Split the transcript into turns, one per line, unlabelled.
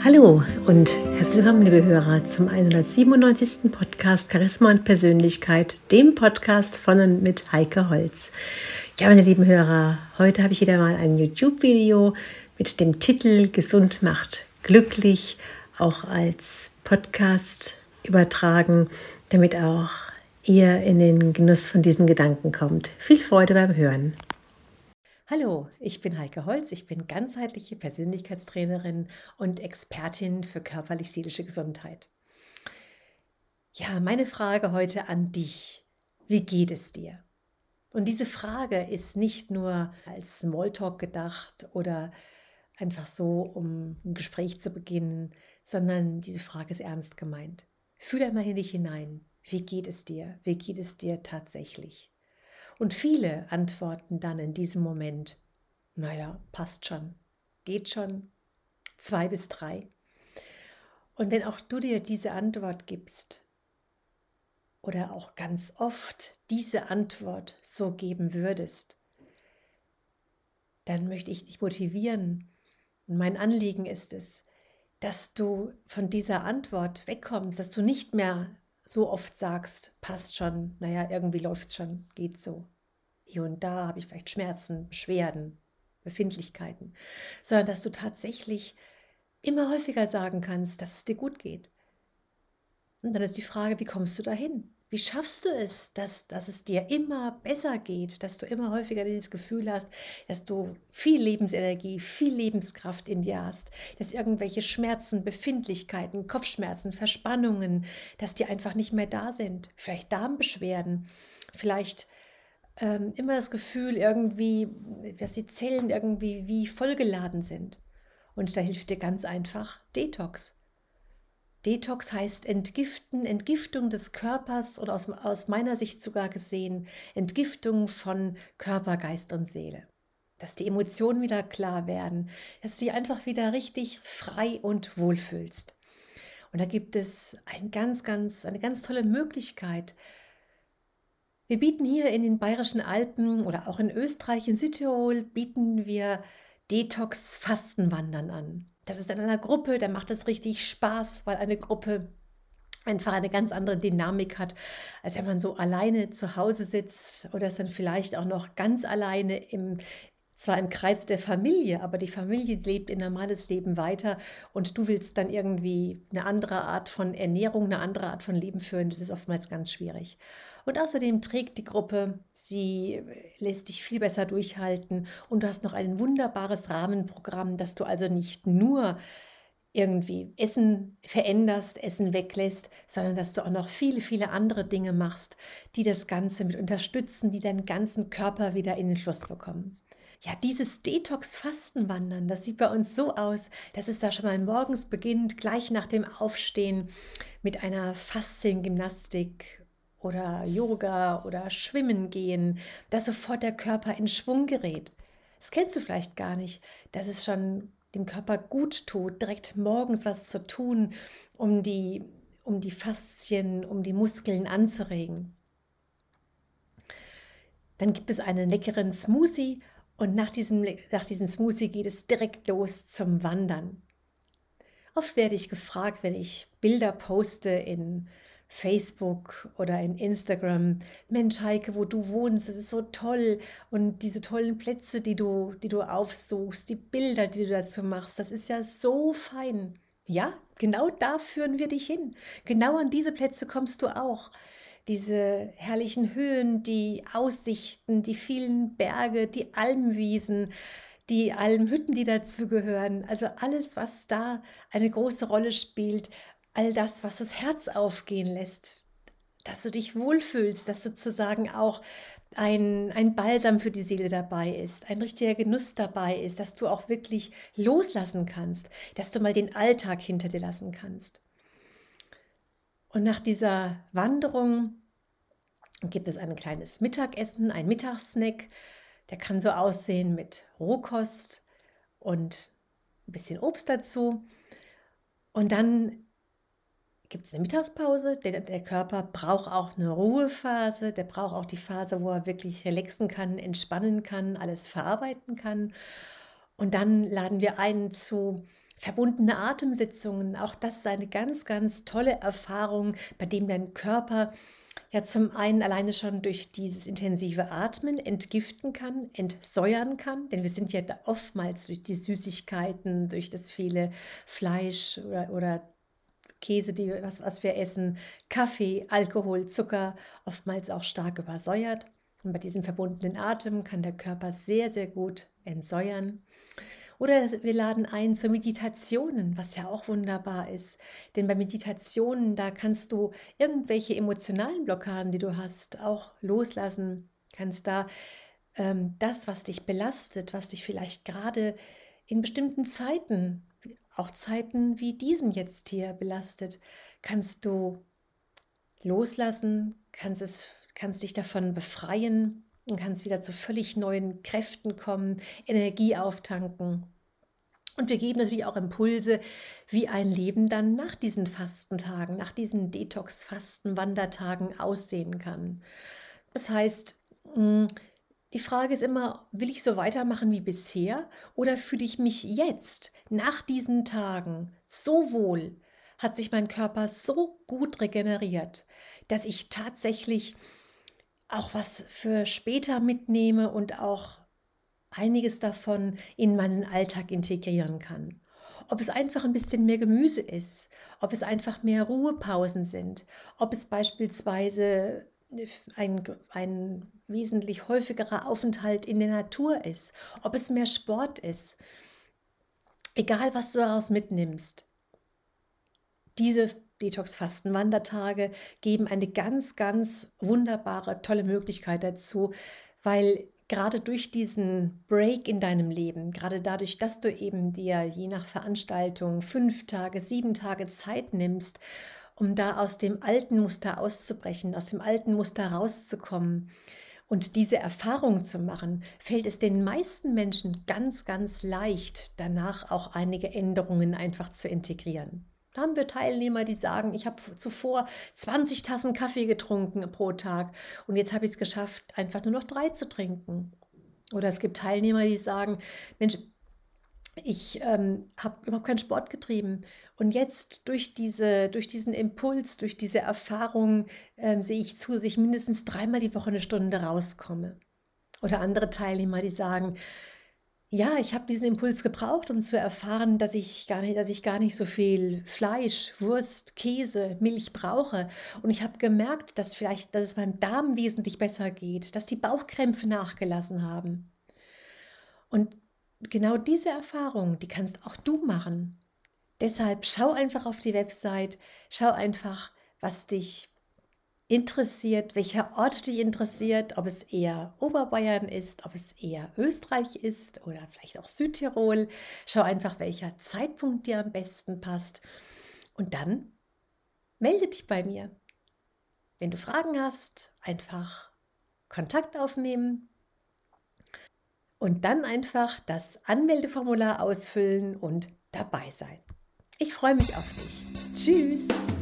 Hallo und herzlich willkommen, liebe Hörer, zum 197. Podcast Charisma und Persönlichkeit, dem Podcast von und mit Heike Holz. Ja, meine lieben Hörer, heute habe ich wieder mal ein YouTube-Video mit dem Titel Gesund macht glücklich, auch als Podcast übertragen, damit auch ihr in den Genuss von diesen Gedanken kommt. Viel Freude beim Hören. Hallo, ich bin Heike Holz, ich bin ganzheitliche Persönlichkeitstrainerin und Expertin für körperlich-seelische Gesundheit. Ja, meine Frage heute an dich: Wie geht es dir? Und diese Frage ist nicht nur als Smalltalk gedacht oder einfach so, um ein Gespräch zu beginnen, sondern diese Frage ist ernst gemeint. Fühl einmal in dich hinein. Wie geht es dir? Wie geht es dir tatsächlich? Und viele antworten dann in diesem Moment: Naja, passt schon, geht schon, 2 bis 3. Und wenn auch du dir diese Antwort gibst oder auch ganz oft diese Antwort so geben würdest, dann möchte ich dich motivieren. Und mein Anliegen ist es, dass du von dieser Antwort wegkommst, dass du nicht mehr so oft sagst, passt schon, naja, irgendwie läuft es schon, geht so. Hier und da habe ich vielleicht Schmerzen, Beschwerden, Befindlichkeiten, sondern dass du tatsächlich immer häufiger sagen kannst, dass es dir gut geht. Und dann ist die Frage, wie kommst du dahin? Wie schaffst du es, dass es dir immer besser geht, dass du immer häufiger dieses Gefühl hast, dass du viel Lebensenergie, viel Lebenskraft in dir hast, dass irgendwelche Schmerzen, Befindlichkeiten, Kopfschmerzen, Verspannungen, dass die einfach nicht mehr da sind. Vielleicht Darmbeschwerden, vielleicht immer das Gefühl irgendwie, dass die Zellen irgendwie wie vollgeladen sind. Und da hilft dir ganz einfach Detox. Detox heißt entgiften, Entgiftung des Körpers und aus meiner Sicht sogar gesehen, Entgiftung von Körper, Geist und Seele. Dass die Emotionen wieder klar werden, dass du dich einfach wieder richtig frei und wohl fühlst. Und da gibt es eine ganz tolle Möglichkeit. Wir bieten hier in den Bayerischen Alpen oder auch in Österreich, in Südtirol, bieten wir Detox-Fastenwandern an. Das ist in einer Gruppe, da macht es richtig Spaß, weil eine Gruppe einfach eine ganz andere Dynamik hat, als wenn man so alleine zu Hause sitzt oder es dann vielleicht auch noch ganz alleine zwar im Kreis der Familie, aber die Familie lebt ihr normales Leben weiter und du willst dann irgendwie eine andere Art von Ernährung, eine andere Art von Leben führen. Das ist oftmals ganz schwierig. Und außerdem trägt die Gruppe, sie lässt dich viel besser durchhalten und du hast noch ein wunderbares Rahmenprogramm, dass du also nicht nur irgendwie Essen veränderst, Essen weglässt, sondern dass du auch noch viele, viele andere Dinge machst, die das Ganze mit unterstützen, die deinen ganzen Körper wieder in den Fluss bekommen. Ja, dieses Detox-Fastenwandern, das sieht bei uns so aus, dass es da schon mal morgens beginnt, gleich nach dem Aufstehen mit einer Fasziengymnastik oder Yoga oder Schwimmen gehen, dass sofort der Körper in Schwung gerät. Das kennst du vielleicht gar nicht, dass es schon dem Körper gut tut, direkt morgens was zu tun, um die Faszien, um die Muskeln anzuregen. Dann gibt es einen leckeren Smoothie und nach diesem Smoothie geht es direkt los zum Wandern. Oft werde ich gefragt, wenn ich Bilder poste in Facebook oder in Instagram: Mensch, Heike, wo du wohnst, das ist so toll. Und diese tollen Plätze, die du aufsuchst, die Bilder, die du dazu machst, das ist ja so fein. Ja, genau da führen wir dich hin. Genau an diese Plätze kommst du auch. Diese herrlichen Höhen, die Aussichten, die vielen Berge, die Almwiesen, die Almhütten, die dazugehören, also alles, was da eine große Rolle spielt, all das, was das Herz aufgehen lässt, dass du dich wohlfühlst, dass sozusagen auch ein Balsam für die Seele dabei ist, ein richtiger Genuss dabei ist, dass du auch wirklich loslassen kannst, dass du mal den Alltag hinter dir lassen kannst. Und nach dieser Wanderung gibt es ein kleines Mittagessen, ein Mittagssnack. Der kann so aussehen mit Rohkost und ein bisschen Obst dazu. Und dann gibt es eine Mittagspause. Der Körper braucht auch eine Ruhephase. Der braucht auch die Phase, wo er wirklich relaxen kann, entspannen kann, alles verarbeiten kann. Und dann laden wir ein zu Verbundene Atemsitzungen, auch das ist eine ganz, ganz tolle Erfahrung, bei dem dein Körper ja zum einen alleine schon durch dieses intensive Atmen entgiften kann, entsäuern kann, denn wir sind ja da oftmals durch die Süßigkeiten, durch das viele Fleisch oder Käse, was wir essen, Kaffee, Alkohol, Zucker, oftmals auch stark übersäuert. Und bei diesem verbundenen Atem kann der Körper sehr, sehr gut entsäuern. Oder wir laden ein zu Meditationen, was ja auch wunderbar ist. Denn bei Meditationen, da kannst du irgendwelche emotionalen Blockaden, die du hast, auch loslassen. Kannst da das, was dich belastet, was dich vielleicht gerade in bestimmten Zeiten, auch Zeiten wie diesen jetzt hier belastet, kannst du loslassen, kannst dich davon befreien und kannst wieder zu völlig neuen Kräften kommen, Energie auftanken. Und wir geben natürlich auch Impulse, wie ein Leben dann nach diesen Fastentagen, nach diesen Detox-Fasten-Wandertagen aussehen kann. Das heißt, die Frage ist immer, will ich so weitermachen wie bisher oder fühle ich mich jetzt nach diesen Tagen so wohl, hat sich mein Körper so gut regeneriert, dass ich tatsächlich auch was für später mitnehme und auch einiges davon in meinen Alltag integrieren kann. Ob es einfach ein bisschen mehr Gemüse ist, ob es einfach mehr Ruhepausen sind, ob es beispielsweise ein wesentlich häufigerer Aufenthalt in der Natur ist, ob es mehr Sport ist. Egal, was du daraus mitnimmst, diese Detox-Fasten-Wandertage geben eine ganz, ganz wunderbare, tolle Möglichkeit dazu, weil gerade durch diesen Break in deinem Leben, gerade dadurch, dass du eben dir je nach Veranstaltung 5 Tage, 7 Tage Zeit nimmst, um da aus dem alten Muster auszubrechen, aus dem alten Muster rauszukommen und diese Erfahrung zu machen, fällt es den meisten Menschen ganz, ganz leicht, danach auch einige Änderungen einfach zu integrieren. Da haben wir Teilnehmer, die sagen, ich habe zuvor 20 Tassen Kaffee getrunken pro Tag und jetzt habe ich es geschafft, einfach nur noch 3 zu trinken. Oder es gibt Teilnehmer, die sagen, Mensch, ich habe überhaupt keinen Sport getrieben und jetzt durch diesen Impuls, durch diese Erfahrung sehe ich zu, dass ich mindestens 3-mal die Woche eine Stunde rauskomme. Oder andere Teilnehmer, die sagen, ja, ich habe diesen Impuls gebraucht, um zu erfahren, dass ich gar nicht so viel Fleisch, Wurst, Käse, Milch brauche. Und ich habe gemerkt, dass es meinem Darm wesentlich besser geht, dass die Bauchkrämpfe nachgelassen haben. Und genau diese Erfahrung, die kannst auch du machen. Deshalb schau einfach auf die Website, schau einfach, was dich interessiert, welcher Ort dich interessiert, ob es eher Oberbayern ist, ob es eher Österreich ist oder vielleicht auch Südtirol. Schau einfach, welcher Zeitpunkt dir am besten passt. Und dann melde dich bei mir. Wenn du Fragen hast, einfach Kontakt aufnehmen und dann einfach das Anmeldeformular ausfüllen und dabei sein. Ich freue mich auf dich. Tschüss!